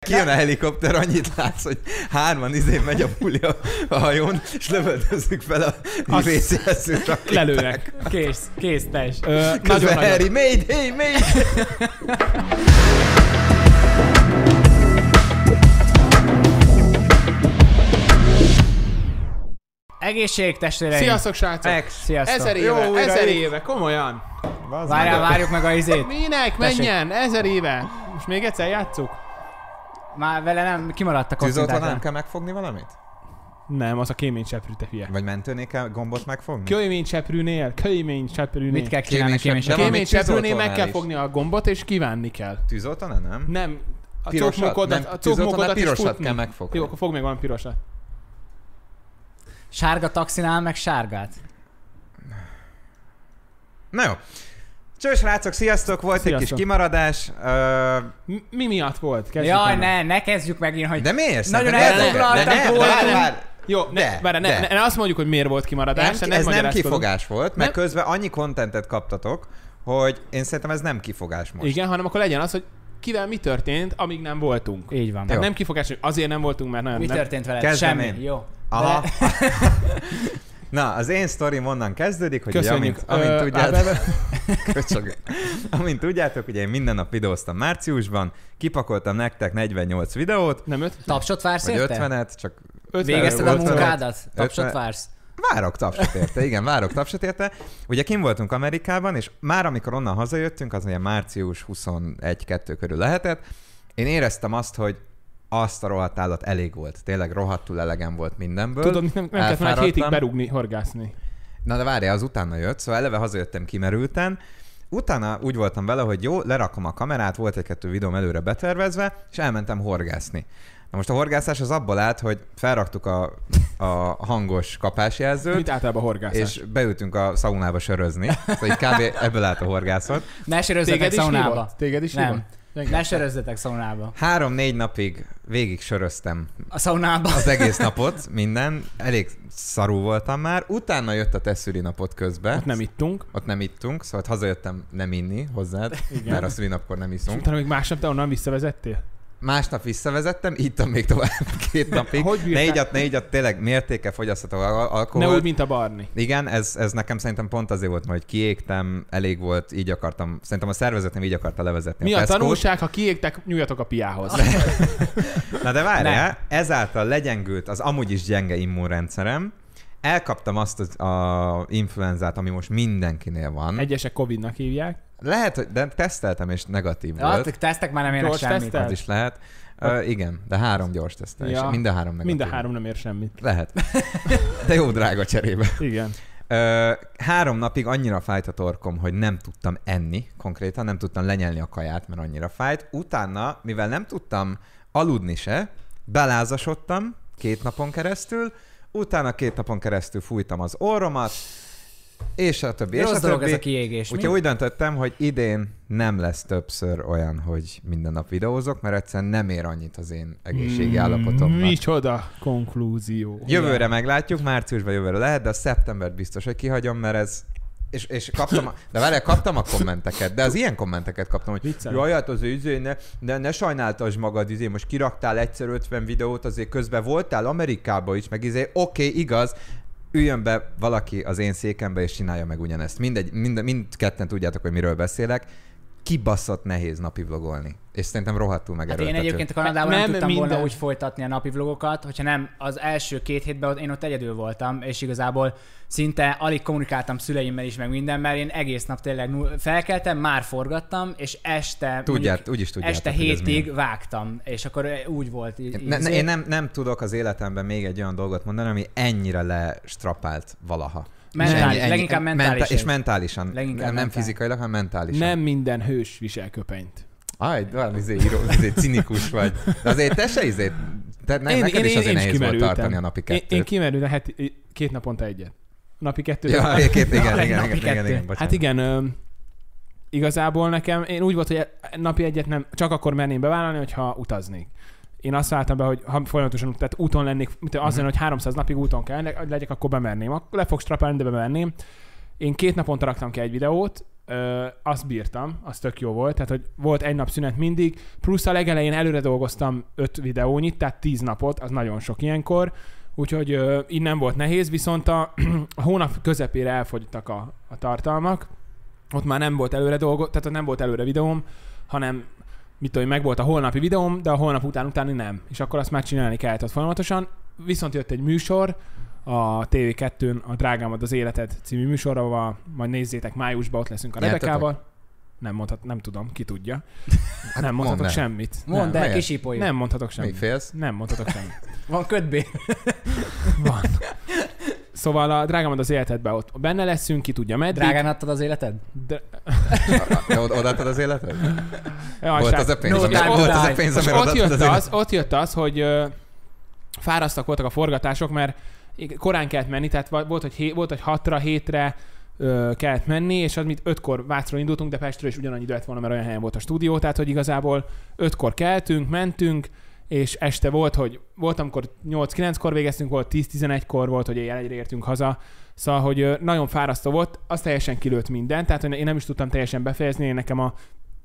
kijön a helikopter, annyit látsz, hogy 3 megy a buli a hajón, és lövöldözzük fel a vészjelző rakéták. Lelőnek. Kész, teljes. Közben Harry, Mayday! Egészség, testvéreim! Sziasztok, srácok! Sziasztok! 1000 éve, komolyan! Várjuk meg a izét. Minek? Menjen! 1000 éve! Most még egyszer játsszuk? Már vele nem kimaradt a Tűzoltó nem kocintákra. kell megfogni valamit? Nem, az a kéménycseprű, te hülye. Vagy mentőnél kell gombot megfogni? Kéménycseprűnél. Mit kell csinálni kéménycseprűnél? Kéménycseprűnél meg kell fogni a gombot és kívánni kell. Tűzoltónál nem? Nem. A cokmukodat is pirosat futni. kell megfogni. Jó, akkor fog még valami pirosat. Sárga taxinál meg sárgát. Na jó. Csős rácok, sziasztok! Volt egy kis kimaradás. Mi miatt volt? Kezdjük Jaj, ne kezdjük megint, hogy... De miért? Nagyon elfoglaltak voltunk. Jó, ne azt mondjuk, hogy miért volt kimaradás. Ez nem kifogás volt, mert közben annyi kontentet kaptatok, hogy én szerintem ez nem kifogás most. Igen, hanem akkor legyen az, hogy kivel mi történt, amíg nem voltunk. Így van. Tehát nem kifogás, hogy azért nem voltunk, mert nagyon Mi nem... történt veled? Kezdem Semmi. én. Jó. Aha. Na, az én sztorim onnan kezdődik, hogy ugye, amint tudjátok, ugye én minden nap videóztam márciusban, kipakoltam nektek 48 videót. Nem 5? Tapsot vársz vagy érte? 50-et, csak... Végezted a munkádat? Tapsot vársz? Várok tapsot érte, igen, várok tapsot érte. Ugye kim voltunk Amerikában, és már amikor onnan hazajöttünk, az ilyen március 21-2 körül lehetett, én éreztem azt, hogy azt a rohadt állat elég volt. Tényleg rohadtul elegem volt mindenből. Tudod, nem kellett már egy hétig berúgni, horgászni. Na de várjál, az utána jött, szóval eleve hazajöttem kimerülten. Utána úgy voltam vele, hogy jó, lerakom a kamerát, volt 1-2 videóm előre betervezve, és elmentem horgászni. Na most a horgászás az abból állt, hogy felraktuk a hangos kapásjelzőt. Mit általában horgászás? És beültünk a szaunába sörözni. Szóval így kb. Ebből állt a horgászat. Ne sörözzetek szaunába. Téged is nem. Ne sörözzetek szaunába. 3-4 napig végig söröztem. A szaunába. Az egész napot, minden. Elég szarú voltam már. Utána jött a te szülinapot közben. Ott nem ittunk. Szóval hazajöttem nem inni hozzád, igen. Mert a szülinapkor nem iszunk. És utána még másnap te onnan visszavezettél? Másnap visszavezettem, ittam még tovább 2 napig. Négyat tényleg mértékkel fogyasztható alkoholt. Ne úgy, mint a Barni. Igen, ez nekem szerintem pont azért volt, hogy kiégtem, elég volt, így akartam, szerintem a szervezetem így akarta levezetni. Mi a tanulság, ha kiégtek, nyúljatok a piához. Na de várjál, ezáltal legyengült az amúgy is gyenge immunrendszerem, elkaptam azt az influenzát, ami most mindenkinél van. Egyesek Covid-nak hívják. Lehet, de teszteltem, és negatív volt. A tesztek már nem érnek semmit. Az is lehet. Igen, de 3 gyors tesztel, és minden 3 negatív. Minden 3 nem ér semmit. Lehet. De jó drága cserébe. Igen. 3 napig annyira fájt a torkom, hogy nem tudtam enni konkrétan, nem tudtam lenyelni a kaját, mert annyira fájt. Utána, mivel nem tudtam aludni se, belázasodtam 2 napon keresztül, utána 2 napon keresztül fújtam az orromat, és a többi. Rossz dolog ez a kiégés. Úgyhogy úgy döntöttem, hogy idén nem lesz többször olyan, hogy minden nap videózok, mert egyszerűen nem ér annyit az én egészségi állapotomnak. Micsoda konklúzió. Jövőre meglátjuk, márciusban jövőre lehet, de a szeptembert biztos, hogy kihagyom, mert ez... És kaptam, de várjál, kaptam a kommenteket, de az ilyen kommenteket kaptam, hogy jaj, hát az ne sajnáltasd magad, most kiraktál egyszer 50 videót, azért közben voltál Amerikában is, meg oké, igaz, üljön be valaki az én székembe, és csinálja meg ugyanezt. Mindketten tudjátok, hogy miről beszélek. Kibaszott nehéz napi vlogolni. És szerintem rohadtul megerőltető. Hát én egyébként a Kanadában nem tudtam volna úgy folytatni a napi vlogokat, hogyha nem az első 2 hétben én ott egyedül voltam, és igazából szinte alig kommunikáltam szüleimmel is, meg mindenben, én egész nap tényleg felkeltem, már forgattam, és este este 7-ig vágtam, és akkor úgy volt. Én nem tudok az életemben még egy olyan dolgot mondani, ami ennyire lestrapált valaha. Leginkább mentálisan. És mentálisan. Nem fizikailag, hanem mentálisan. Nem minden hős visel köpenyt. Cinikus vagy. De azért te se neked is azért nehéz volt tartani a napi 2-t. Én kimerültem 2 naponta egyet. Napi 2. Ja, igen. Hát igen, igazából nekem, én úgy volt, hogy napi 1 nem, csak akkor merném bevállalni, hogyha utaznék. Én azt álltam be, hogy ha folyamatosan tehát úton lennék, azt hogy 300 napig úton kell legyek, akkor bemerném. Le fogsz strapálni, de bemerném. Én 2 naponta raktam ki egy videót, azt bírtam, az tök jó volt, tehát hogy volt egy nap szünet mindig, plusz a legelején előre dolgoztam 5 videónyit, tehát 10 napot, az nagyon sok ilyenkor, úgyhogy így nem volt nehéz, viszont a hónap közepére elfogytak a tartalmak, ott már nem volt előre tehát nem volt előre videóm, hanem meg volt a holnapi videóm, de a holnap utáni nem. És akkor azt már csinálni kellett ott folyamatosan. Viszont jött egy műsor, a TV2-n a Drágámad az életed című műsor, ahol majd nézzétek, májusban ott leszünk a Rebekával. Nem tudom, ki tudja. Nem mondhatok semmit. Mondd el, kisípoljuk. Nem mondhatok semmit. Még félsz? Nem mondhatok semmit. Van kötbé. Van. Szóval a Drágámad az életedben ott benne leszünk, ki tudja meddig. Drágán adtad az életed? Odaadtad az életed? Volt az a pénz, amire ott jött az, hogy fárasztak voltak a forgatások, mert korán kellett menni, tehát volt, hogy 6-ra, 7-re kellett menni, és az, mint 5-kor Vácról indultunk, de Pestről is ugyanannyi idő lett volna, mert olyan helyen volt a stúdió, tehát hogy igazából 5-kor keltünk, mentünk, és este volt, amikor 8-9-kor végeztünk, volt 10-11-kor volt, hogy éjjel egyre értünk haza. Szóval, hogy nagyon fárasztó volt, az teljesen kilőtt minden, tehát én nem is tudtam teljesen befejezni, én nekem a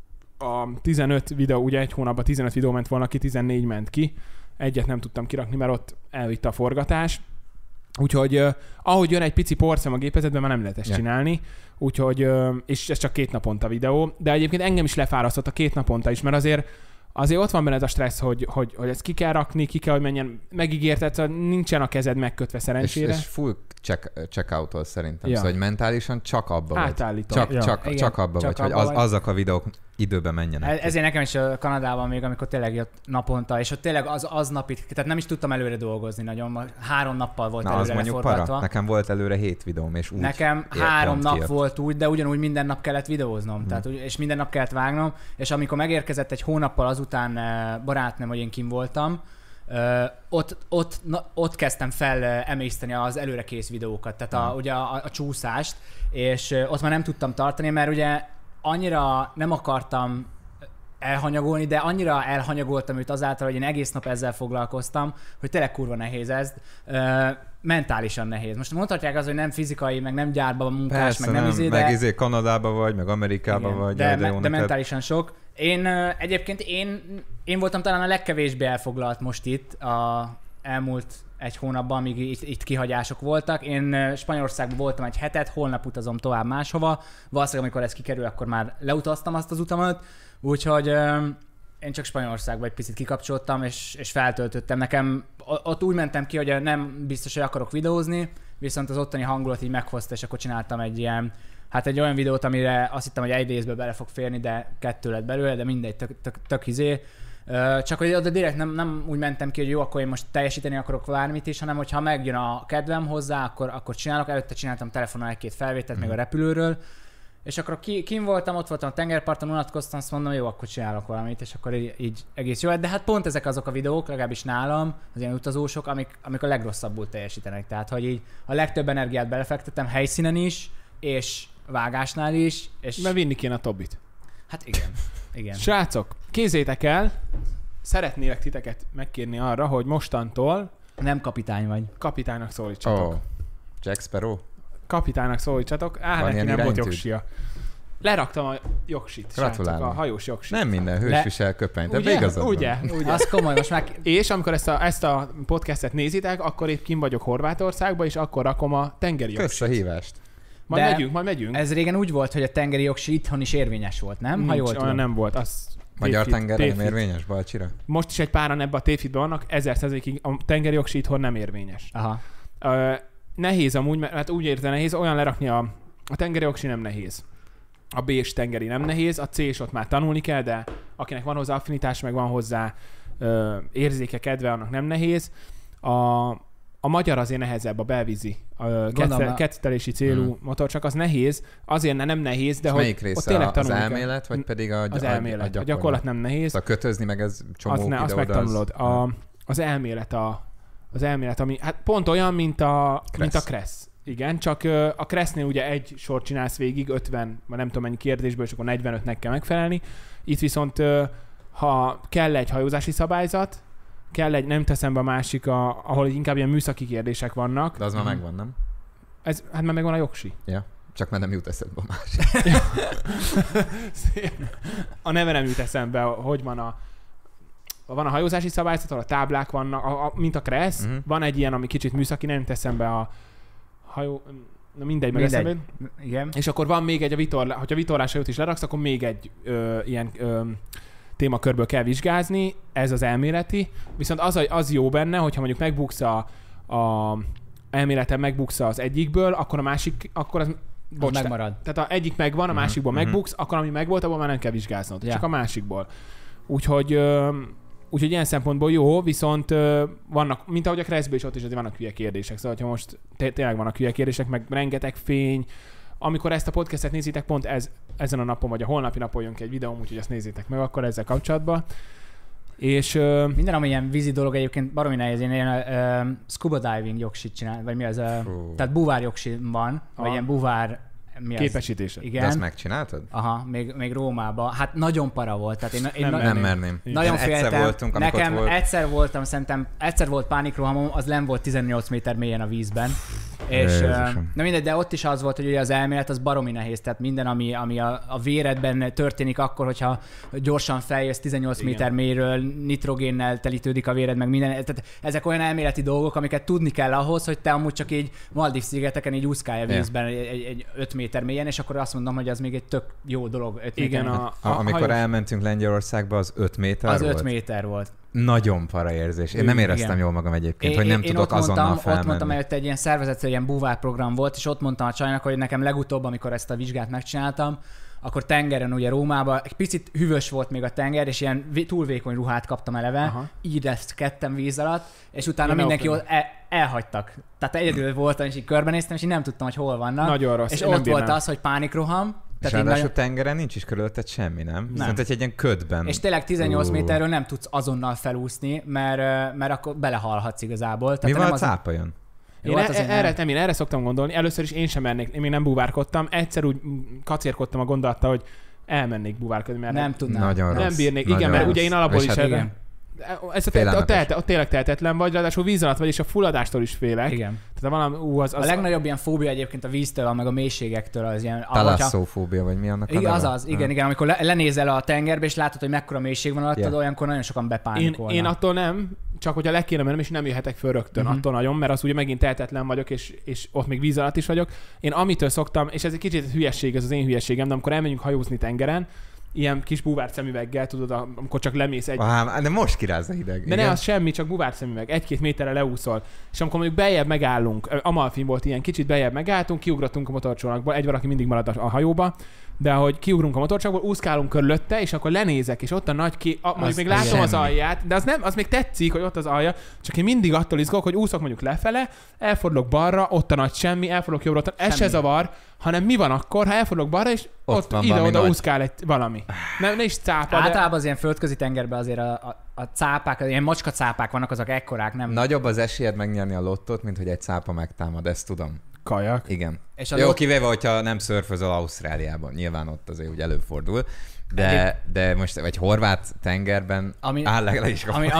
15 videó, ugye egy hónapban 15 videó ment volna ki, 14 ment ki, egyet nem tudtam kirakni, mert ott elvitte a forgatás. Úgyhogy ahogy jön egy pici porszem a gépezetben, már nem lehet ezt csinálni. Úgyhogy, és ez csak 2 naponta videó, de egyébként engem is lefárasztott a 2 naponta is, mert azért ott van benne ez a stressz, hogy ezt ki kell rakni, ki kell, hogy menjen, megígérted, nincsen a kezed megkötve szerencsére. És full check-out-ol szerintem, szóval, hogy mentálisan csak abba vagy. Csak abba vagy, hogy azok a videók időben menjenek. Ezért nekem is Kanadában még, amikor tényleg jött naponta, és ott tényleg az napig, tehát nem is tudtam előre dolgozni nagyon, 3 nappal volt előre leforgatva. Para. Nekem volt előre 7 videóm, és úgy. Nekem 3 nap volt úgy, de ugyanúgy minden nap kellett videóznom, tehát, és minden nap kellett vágnom, és amikor megérkezett egy hónappal azután barátnőm, hogy én kim voltam, ott kezdtem fel emészteni az előrekész videókat, tehát ugye a csúszást, és ott már nem tudtam tartani, mert ugye annyira nem akartam elhanyagolni, de annyira elhanyagoltam őt azáltal, hogy én egész nap ezzel foglalkoztam, hogy tényleg kurva nehéz ez. Mentálisan nehéz. Most mondhatják az, hogy nem fizikai, meg nem gyárban munkás, persze, meg nem izé, de... Meg Kanadában vagy, meg Amerikában vagy. De mentálisan sok. Egyébként én voltam talán a legkevésbé elfoglalt most itt a elmúlt 1 hónapban, amíg itt kihagyások voltak. Én Spanyolországban voltam 1 hetet, holnap utazom tovább máshova. Valószínűleg, amikor ez kikerül, akkor már leutaztam azt az utamat. Úgyhogy én csak Spanyolországban egy picit kikapcsoltam, és feltöltöttem. Nekem ott úgy mentem ki, hogy nem biztos, hogy akarok videózni, viszont az ottani hangulat így meghozta, és akkor csináltam egy olyan videót, amire azt hittem, hogy egy részből bele fog férni, de 2 lett belőle, de mindegy, tök izé. Csak hogy oda direkt nem úgy mentem ki, hogy jó, akkor én most teljesíteni akarok bármit is, hanem hogyha megjön a kedvem hozzá, akkor csinálok. Előtte csináltam telefonon 1-2 felvételt, még a repülőről, és akkor kim voltam, ott voltam a tengerparton, unatkoztam, azt mondom, jó, akkor csinálok valamit, és akkor így egész jó. De hát pont ezek azok a videók, legalábbis nálam, az ilyen utazósok, amik a legrosszabbul teljesítenek. Tehát, hogy így a legtöbb energiát belefektettem helyszínen is, és vágásnál is. És... Mert vinni kéne a Tobit. Hát igen. Srácok, kézzétek el, szeretnélek titeket megkérni arra, hogy mostantól... Nem kapitány vagy. Kapitánynak szólítsatok. Oh. Jack Sparrow? Kapitánynak szólítsatok. Neki nem volt jogsia. Leraktam a jogsit, srácok, a hajós jogsit. Nem minden hős visel köpenyt, de igazad Ugye? Az komoly, most már... És amikor ezt a podcastet nézitek, akkor épp kim vagyok Horvátországba, és akkor rakom a tengeri jogsit. Kösz a hívást. Majd megyünk. Ez régen úgy volt, hogy a tengeri jogsi itthon is érvényes volt, nem? Nincs, ha jól tudom. Nem volt. Az Magyar tengerre nem érvényes, Balcsira? Most is egy páran ebbe a tévhitben vannak, 1000%-ig a tengeri jogsi itthon nem érvényes. Aha. Nehéz amúgy, mert úgy érte nehéz, olyan lerakni a tengeri jogsi nem nehéz. A B-s tengeri nem nehéz, a C-s ott már tanulni kell, de akinek van hozzá affinitás, meg van hozzá érzéke, kedve, annak nem nehéz. A magyar azért nehezebb, a belvízi, kettelési célú motor, csak az nehéz, azért nem nehéz, de hogy ott tényleg tanulni kell. Az elmélet, vagy pedig az elmélet. A gyakorlat nem nehéz. Szóval kötözni meg ez csomó ide-oda. Azt megtanulod. Az elmélet, ami hát pont olyan, mint a Kressz. Igen, csak a Kressznél ugye egy sort csinálsz végig, 50, vagy nem tudom mennyi kérdésből, és akkor 45-nek kell megfelelni. Itt viszont, ha kell egy hajózási szabályzat, nem teszem be a másik, ahol inkább ilyen műszaki kérdések vannak. De az már megvan, nem? Hát már megvan a jogsi. Ja. Csak már nem jut eszembe a másik. A neve nem jut eszembe, hogy van a hajózási szabályzat, ahol a táblák vannak, mint a Kressz. Van egy ilyen, ami kicsit műszaki, nem jut eszembe a hajó... Na mindegy. Eszembe. Igen. És akkor van még egy, hogyha vitorláshajót is leraksz, akkor még egy ilyen témakörből kell vizsgázni, ez az elméleti. Viszont az jó benne, hogyha mondjuk megbuksz a elméleten megbuksz az egyikből, akkor a másik, akkor az megmarad. Tehát egyik megvan, a másikból megbuksz, akkor ami megvolt, abból már nem kell vizsgáznod. Csak a másikból. Úgyhogy ilyen szempontból jó, viszont vannak, mint ahogy a Kresszből is ott is azért vannak hülye kérdések. Szóval, hogyha most tényleg vannak hülye kérdések, meg rengeteg fény. Amikor ezt a podcastet nézitek, pont ezen a napon, vagy a holnapi napon jön ki egy videóm, úgyhogy ezt nézzétek meg akkor ezzel kapcsolatban. És minden, ami ilyen vízi dolog egyébként baromi nehéz. Én ilyen scuba diving jogsit csinál, vagy mi az? Tehát buvár jogsi van, vagy ilyen buvár képesítése. Igen. De azt megcsináltad? Aha, még Rómában. Hát nagyon para volt. Tehát én nem merném. Nagyon féltem. Egyszer voltunk, nekem egyszer voltam, szerintem egyszer volt pánikrohamom, az nem volt 18 méter mélyen a vízben. És na mindegy, de ott is az volt, hogy ugye az elmélet az baromi nehéz. Tehát minden, ami a véredben történik akkor, hogyha gyorsan feljössz 18 méter mélyről, nitrogénnel telítődik a véred, meg minden. Tehát ezek olyan elméleti dolgok, amiket tudni kell ahhoz, hogy te amúgy csak így Maldiv-szigeteken így úszkálj a vízben egy 5 méter mélyen, és akkor azt mondom, hogy az még egy tök jó dolog. 5 igen, amikor elmentünk Lengyelországba, az 5 méter az volt? Az 5 méter volt. Nagyon para érzés. Én nem éreztem jól magam egyébként, hogy nem tudok azonnal felmenni. Ott mondtam, hogy egy ilyen szervezetszerű ilyen buvárprogram volt, és ott mondtam a csajnak, hogy nekem legutóbb, amikor ezt a vizsgát megcsináltam, akkor tengeren, ugye Rómában, egy picit hűvös volt még a tenger, és ilyen túl vékony ruhát kaptam eleve, így kettem víz alatt, és utána mindenki elhagytak. Tehát egyedül voltam, és így körbenéztem, és így nem tudtam, hogy hol vannak. Nagyon rossz. És ott volt az, hogy pánikroham. És ráadásul tengeren nincs is körülötted semmi, nem? Viszont egy ilyen ködben. És tényleg 18 méterről nem tudsz azonnal felúszni, mert akkor belehalhatsz igazából. Tehát mi van, a cápa jön? Én erre szoktam gondolni. Először is én sem mennék, én még nem buvárkodtam. Egyszer úgy kacérkodtam a gondolattal, hogy elmennék buvárkodni, mert nem tudnám. Nagyon nem rossz. bírnék. Igen, mert ugye én alapból is ez ott tényleg tehetetlen vagy, ráadásul víz alatt vagy, és a fulladástól is félek. Igen. Tehát valami, a legnagyobb ilyen fóbia egyébként a víztől, meg a mélységektől az ilyen... Talasszófóbia, vagy mi annak a neve? Igen, amikor lenézel a tengerbe, és látod, hogy mekkora mélység van alattad, olyankor nagyon sokan bepánikolnak. Én attól nem, csak hogyha le kéne mennem, és nem jöhetek föl rögtön, attól nagyon, mert az ugye megint tehetetlen vagyok, és ott még víz alatt is vagyok. Én amitől szoktam, és ez egy kicsit hülyesség, ez az én hülyeségem, de amikor elmegyünk hajózni tengeren, ilyen kis búvár szemüveggel, tudod, amikor csak lemész egy... De most kiráz a hideg. De ne, az semmi, csak búvár szemüveg. 1-2 méterre leúszol. És amikor mondjuk beljebb megállunk, Amalfin volt ilyen, kicsit beljebb megálltunk, kiugrottunk a motorcsónakból, egy valaki mindig marad a hajóba, de ahogy kiugrunk a motorcsónakból, úszkálunk körülötte, és akkor lenézek, és ott a nagy mondjuk még látom az alját, de az még tetszik, hogy ott az alja, csak én mindig attól izgulok, hogy úszok mondjuk lefele, elfordulok balra, ott a nagy semmi, elfordulok jobbra, ez se zavar, hanem mi van akkor, ha elfordulok balra, és ott ide-oda úszkál egy valami. Ne is cápa, általában az ilyen földközi tengerben azért a cápák, ilyen macska cápák vannak, azok ekkorák, nem? Nagyobb az esélyed megnyerni a lottót, mint hogy egy cápa megtámad, ezt tudom. Kajak. Igen. És jó, kivéve, hogyha nem szörfözöl Ausztráliában. Nyilván ott azért úgy előfordul. De most egy horvát tengerben áll legalábbis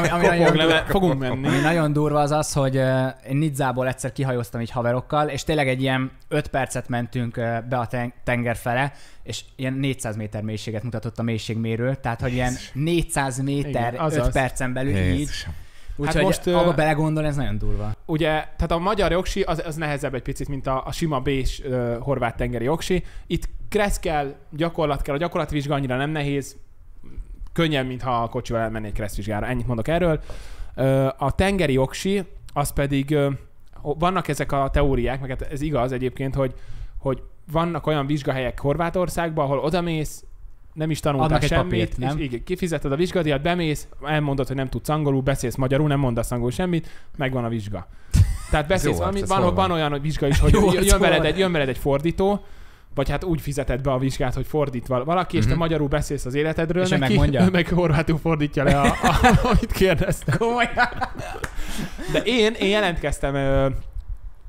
fogunk menni. Ami nagyon durva az, hogy én Nizzából egyszer kihajóztam így haverokkal, és tényleg egy ilyen 5 percet mentünk be a tenger fele, és ilyen 400 méter mélységet mutatott a mélységmérő, tehát hogy ilyen 400 méter igen, 5 percen belül így. Úgyhogy most abba belegondolni, ez nagyon durva. Ugye, tehát a magyar jogsi az nehezebb egy picit, mint a sima B-s horvát tengeri jogsi. Itt kressz kell, gyakorlat kell, a gyakorlatvizsga annyira nem nehéz, könnyebb, mintha a kocsival elmennék kresszvizsgára. Ennyit mondok erről. A tengeri jogsi, az pedig vannak ezek a teóriák, meg ez igaz egyébként, hogy vannak olyan vizsgahelyek Horvátországban, ahol odamész, nem is tanultál semmit, papírt, nem? És igen, kifizeted a vizsgadíjat, bemész, elmondod, hogy nem tudsz angolul, beszélsz magyarul, nem mondasz angolul semmit, megvan a vizsga. Tehát beszélsz valamit, van olyan hogy vizsga is, hogy jön veled egy fordító, vagy hát úgy fizeted be a vizsgát, hogy fordít valaki, és te magyarul beszélsz az életedről, és neki, ő meg horvátul fordítja le, amit kérdeztem. De én jelentkeztem,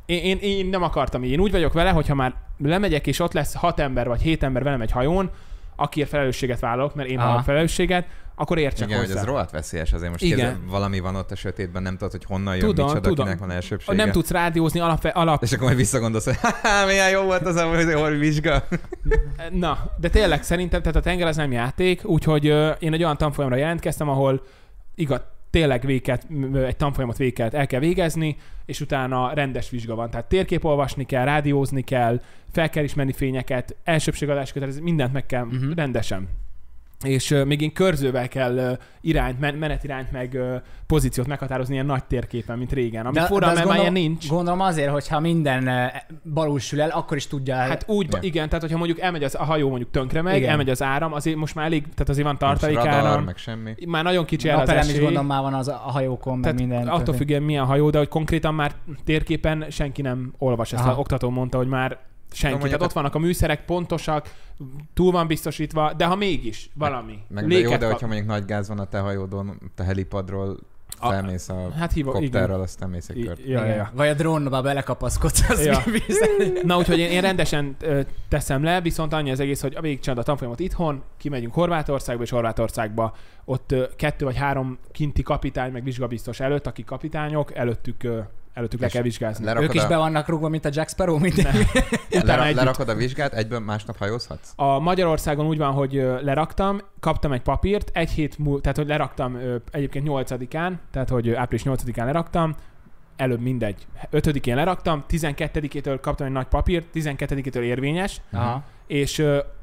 én nem akartam így. Én úgy vagyok vele, hogyha már lemegyek, és ott lesz 6 ember vagy 7 ember velem egy hajón, akiért felelősséget vállalok, mert én vállalok felelősséget, akkor értsek hozzá. Igen, hogy ez rohadt veszélyes azért. Most kézzel, valami van ott a sötétben, nem tudod, hogy honnan jön, micsoda, kinek van elsőbsége. Nem tudsz rádiózni alap. És akkor majd visszagondolsz, hogy milyen jó volt az a vizsga. Na, de tényleg szerintem, tehát a tenger az nem játék, úgyhogy én egy olyan tanfolyamra jelentkeztem, ahol tényleg egy tanfolyamot el kell végezni, és utána rendes vizsga van. Tehát térkép olvasni kell, rádiózni kell, fel kell ismerni fényeket, elsőbségadás kötelező, mindent meg kell rendesen. És még én körzővel kell menetirányt meg pozíciót meghatározni ilyen nagy térképen, mint régen. Ami fura, mert már ilyen nincs. Gondolom azért, hogyha minden balul sül el, akkor is tudja. Hát úgy, igen, tehát hogyha mondjuk elmegy a hajó mondjuk tönkre meg, elmegy az áram, azért most már elég, tehát azért van tartalékára. Meg semmi. Már nagyon kicsi el az esély. is gondolom már van az a hajókon, meg minden. Attól függően milyen hajó, de hogy konkrétan már térképen senki nem olvas. Ezt az oktató mondta, hogy már senki. Tehát ott vannak a műszerek, pontosak, túl van biztosítva, de ha mégis valami. De jó, de hogyha mondjuk nagy gáz van a te hajódon, te helipadról felmész a kopterral, aztán mész egy kört. Ja. Vagy a drónba belekapaszkodsz az vízben. Na úgyhogy én rendesen teszem le, viszont annyi az egész, hogy végigcsinálod a tanfolyamot itthon, kimegyünk Horvátországba, és Horvátországba ott 2 vagy 3 kinti kapitány, meg vizsgabiztos előtt, akik kapitányok, előttük le kell vizsgázni. Ők is be vannak rúgva, mint a Jack Sparrow? Lerakod a vizsgát, egyből másnap hajózhatsz? A Magyarországon úgy van, hogy leraktam, kaptam egy papírt, egy hét múlva, tehát hogy leraktam egyébként 8-án, tehát hogy április 8-án leraktam, előbb mindegy. 5-én leraktam, 12-től kaptam egy nagy papírt, 12-től érvényes, és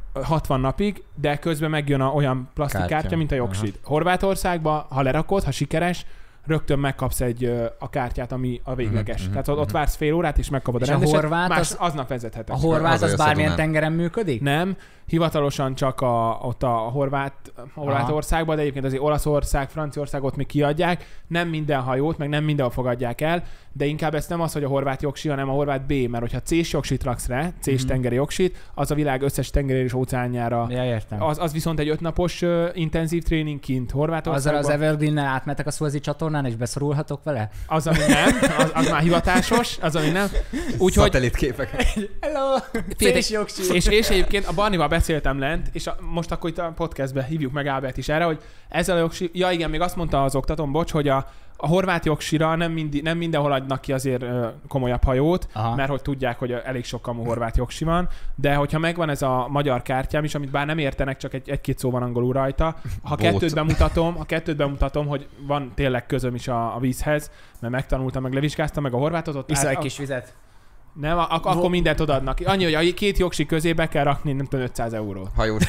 60 napig, de közben megjön olyan plastikkártya, mint a jogsid. Horvátországban, ha lerakod, ha sikeres, rögtön megkapsz a kártyát, ami a végleges. Tehát ott vársz fél órát, és megkapod a rendeset, aznap vezethetek. A horvát az bármilyen tengeren működik? Nem, hivatalosan csak ott a Horvátországban, de egyébként azért Olaszország, Franciaország ott még kiadják. Nem minden hajót, meg nem mindenhol fogadják el, de inkább ez nem az, hogy a horvát jogsi, hanem a horvát B, mert hogyha C-s jogsit raksz rá, C-s tengeri jogsit, az a világ összes tengeri és óceánjára. Ja, értem. Az viszont egy 5 napos intenzív tréning kint Horvátországban. Azzal az Evergreen-nel átmetek a Suezi csatornán, és beszorulhatok vele? Az, ami nem, az már hivatásos, az, ami nem. Úgyhogy... Szatellitképek. Hello! És egyébként a Barnival beszéltem lent, és most akkor itt a podcastbe hívjuk meg Ábert is erre, hogy ezzel a jogsi... Ja igen, még azt mondta az oktatóm, bocs, hogy a horvát jogsira nem mindenhol adnak ki azért komolyabb hajót, mert hogy tudják, hogy elég sok kamu horvát jogsi van, de hogyha megvan ez a magyar kártyám is, amit bár nem értenek, csak egy-két szó van angolul rajta, ha kettőt bemutatom, hogy van tényleg közöm is a vízhez, mert megtanultam, meg levizsgáztam, meg a horvátot ott... Iszol egy kis vizet. Nem, akkor mindent odaadnak. Annyi, hogy a 2 jogsi közébe kell rakni, nem tudom, 500 eurót.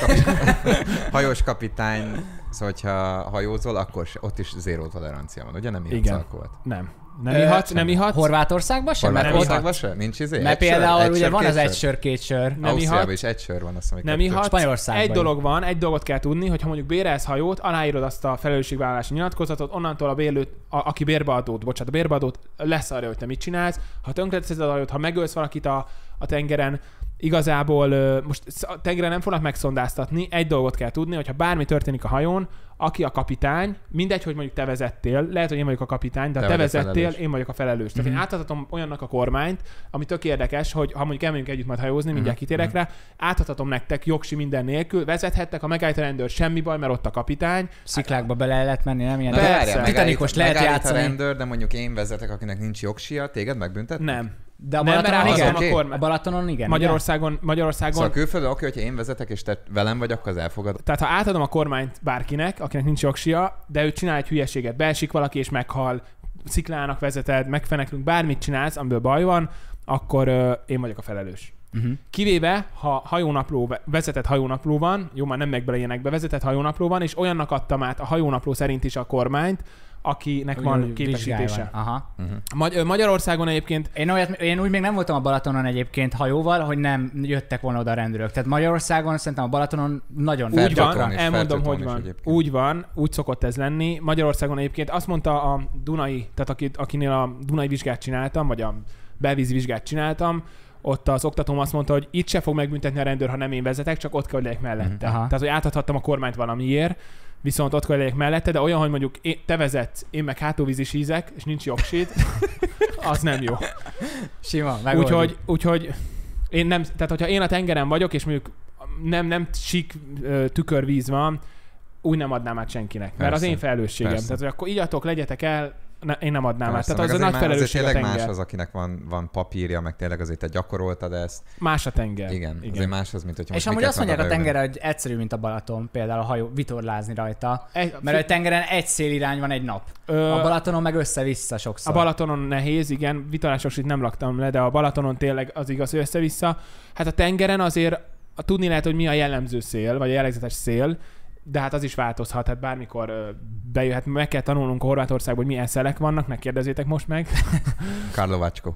Hajós kapitány, szóval hogyha hajózol, akkor ott is zéró tolerancia van, ugye? Nem ihatsz alkoholt. Nem ihatsz. Horvátországban sem? Horvátországban sem? Nincs izé? Mert például ugye van az 1 sör, 2 sör. Nem ihatsz. Is 1 sör van, azt mondom, nem ihatsz. Egy dolgot kell tudni, hogy ha mondjuk bérelsz hajót, aláírod azt a felelősségvállalási nyilatkozatot, onnantól a aki bérbeadót lesz arra, hogy te mit csinálsz. Ha tönkreteszed a hajót, ha megölsz valakit a tengeren, igazából most a tengeren nem fognak megszondáztatni. Egy dolgot kell tudni, hogyha bármi történik a hajón, aki a kapitány, mindegy, hogy mondjuk te vezettél, lehet, hogy én vagyok a kapitány, de te vezettél, én vagyok a felelős. Tehát én átadhatom olyannak a kormányt, ami tök érdekes, hogy ha mondjuk elmegyünk együtt majd hajózni, mindjárt kitérek rá, átadhatom nektek jogsi minden nélkül, vezethettek, a megállít a rendőr, semmi baj, mert ott a kapitány. Sziklákba bele lehet menni, nem ilyen Titanicos lehet játszani. A rendőr, de mondjuk én vezetek, akinek nincs jogsia, téged megbüntet? Nem. De a Balatonon igen. A Balatonon igen. Magyarországon. Szóval külföldön oké, hogyha én vezetek, és te velem vagy, akkor az elfogad. Tehát ha átadom a kormányt bárkinek, akinek nincs jogsia, de ő csinál egy hülyeséget, beesik valaki és meghal, sziklának vezeted, megfeneklünk, bármit csinálsz, amiből baj van, akkor én vagyok a felelős. Kivéve, ha vezetett hajónapló van, jó, már nem meg bele ilyenekbe, vezetett hajónapló van, és olyannak adtam át a hajónapló szerint is a kormányt, akinek van képesítése. Magyarországon egyébként... Én úgy még nem voltam a Balatonon egyébként hajóval, hogy nem jöttek volna oda a rendőrök. Tehát Magyarországon szerintem a Balatonon nagyon... Úgy van, elmondom, hogy van. Úgy van, úgy szokott ez lenni. Magyarországon egyébként azt mondta a Dunai, tehát akinél a Dunai vizsgát csináltam, vagy a belvízi vizsgát csináltam, ott az oktatóm azt mondta, hogy itt se fog megbüntetni a rendőr, ha nem én vezetek, csak ott kell, hogy legyek mellette. Tehát, hogy átadhattam a kormányt valamiért, viszont ott kell, hogy legyek mellette, de olyan, hogy mondjuk te vezetsz, én meg hátulvízis ízek, és nincs jogsid, az nem jó. Sima, úgyhogy én nem, tehát hogyha én a tengeren vagyok, és mondjuk nem sík tükörvíz van, úgy nem adnám át senkinek. Persze, mert az én felelősségem. Persze. Tehát, hogy akkor igyatok, legyetek el, én nem adnám át. Tehát az a nagy felelősség a tenger. Más az, akinek van papírja, meg tényleg azért te gyakoroltad ezt. Más a tenger. Igen. Azért más az, mint hogyha és amúgy azt mondják a tengerre, hogy egyszerű, mint a Balaton, például a hajó, vitorlázni rajta. Mert a tengeren egy szélirány van egy nap. A Balatonon meg össze-vissza sokszor. A Balatonon nehéz, igen. Vitorlások itt nem laktam le, de a Balatonon tényleg az igaz, hogy össze-vissza. Hát a tengeren azért tudni lehet, hogy mi a jellemző szél, vagy a jellegzetes szél, de hát az is változhat, hát bármikor bejöhet. Meg kell tanulnunk a Horvátországban, hogy milyen szelek vannak, ne kérdezzétek most meg. Karlovácsko.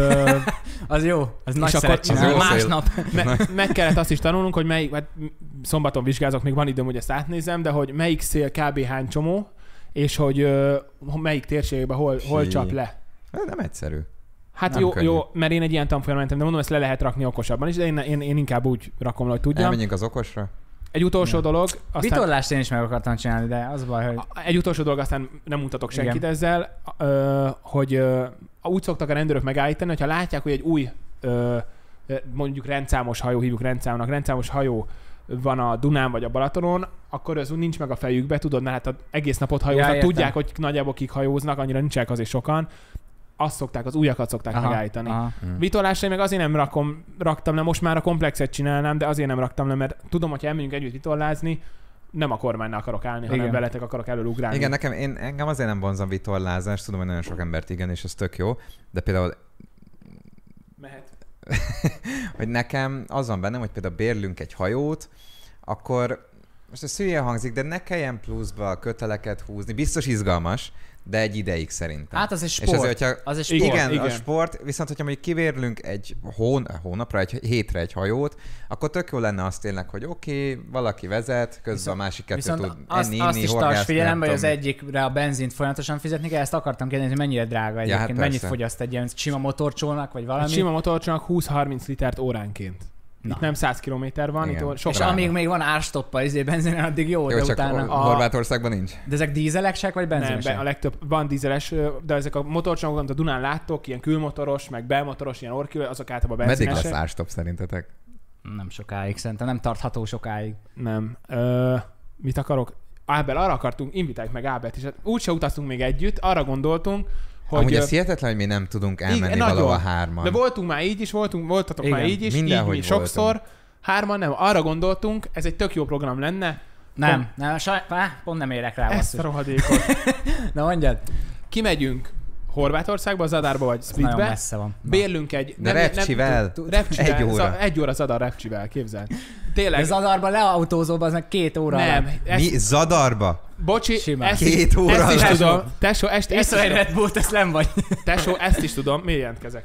Az jó, az nagy szeret csinál. Másnap. Meg kellett azt is tanulnunk, hogy melyik, hát szombaton vizsgázok, még van időm, hogy ezt átnézem, de hogy melyik szél kb. Hány csomó, és hogy melyik térségben hol csap le. Nem egyszerű. Hát jó, mert én egy ilyen tanfolyamra mentem, de mondom, ezt le lehet rakni okosabban is, de én inkább úgy rakom, hogy tudjam. Elmenjünk az okosra. Egy utolsó dolog. Vitorlást én is meg akartam csinálni, de az baj, hogy... Egy utolsó dolog, aztán nem mutatok senkit igen. Ezzel, hogy úgy szoktak a rendőrök megállítani, hogyha látják, hogy egy új, mondjuk rendszámos hajó, hívjuk rendszámnak, rendszámos hajó van a Dunán vagy a Balatonon, akkor az úgy nincs meg a fejükbe, tudod, mert hát egész napot hajóznak, ja, tudják, hogy nagyjából kik hajóznak, annyira nincsenek azért sokan. Azt szokták, az újakat szokták megállítani. Vitorlásra meg azért nem raktam le, most már a komplexet csinálnám, de azért nem raktam le, mert tudom, hogyha elmegyünk együtt vitorlázni, nem a kormánynál akarok állni, igen. hanem veletek akarok előugrálni. Igen, engem azért nem vonzom vitorlázás, tudom, hogy nagyon sok embert igen, és ez tök jó, de például mehet. hogy nekem az van bennem, hogy például bérlünk egy hajót, akkor most ez hülye hangzik, de ne kelljen pluszba köteleket húzni, biztos izgalmas, de egy ideig szerintem. Hát az egy sport. És azért, az egy sport. Igen, a sport, viszont hogyha mondjuk kivérlünk egy hónapra, egy hétre egy hajót, akkor tök jó lenne azt tényleg, hogy oké, valaki vezet, közben a másik kettő tud enni, azt is tarts figyelembe, hogy az egyikre a benzint folyamatosan fizetni kell, ezt akartam kérdezni, hogy mennyire drága egyébként, hát mennyit fogyaszt egy ilyen sima motorcsónak, vagy valami? Egy sima motorcsónak 20-30 litert óránként. Na. Itt nem 100 kilométer van, igen. itt sok. És amíg még van árstoppal benzinen, addig jó, de csak utána... Horvátországban nincs. De ezek dízelesek, vagy benzinesek? Nem, a legtöbb van dízeles, de ezek a motorcsónakok, amit a Dunán láttok, ilyen külmotoros, meg belmotoros, ilyen orkül, azok általában benzinesek. Meddig lesz árstopp szerintetek? Nem sokáig, szerintem nem tartható sokáig. Nem. Mit akarok? Ábel, arra akartunk, invitáljuk meg Ábelt is. Hát úgyse utaztunk még együtt, arra gondoltunk, hogy... Amúgy ez hihetetlen, hogy mi nem tudunk elmenni valahol hárman. De voltunk már így is, voltatok igen. Már így is, mindenhogy így mi sokszor. Hárman nem. Arra gondoltunk, ez egy tök jó program lenne. Nem, pont nem érek rá. Ezt a rohadékot. Na mondjad. Kimegyünk Horvátországba, Zadárba vagy Splitbe. Nagyon messze van. Bérlünk egy... De repcsivel. Egy óra. Egy óra Zadar repcsivel, képzeld. Tényleg. De Zadarba leautózóba, az meg 2 óra. Nem. Mi? Zadarba? Bocsi, 2 óra. Ezt is tudom. Tesó, ezt is tudom. Red Bullt, ezt nem vagy. Tesó, ezt is tudom. Miért jelentkezek?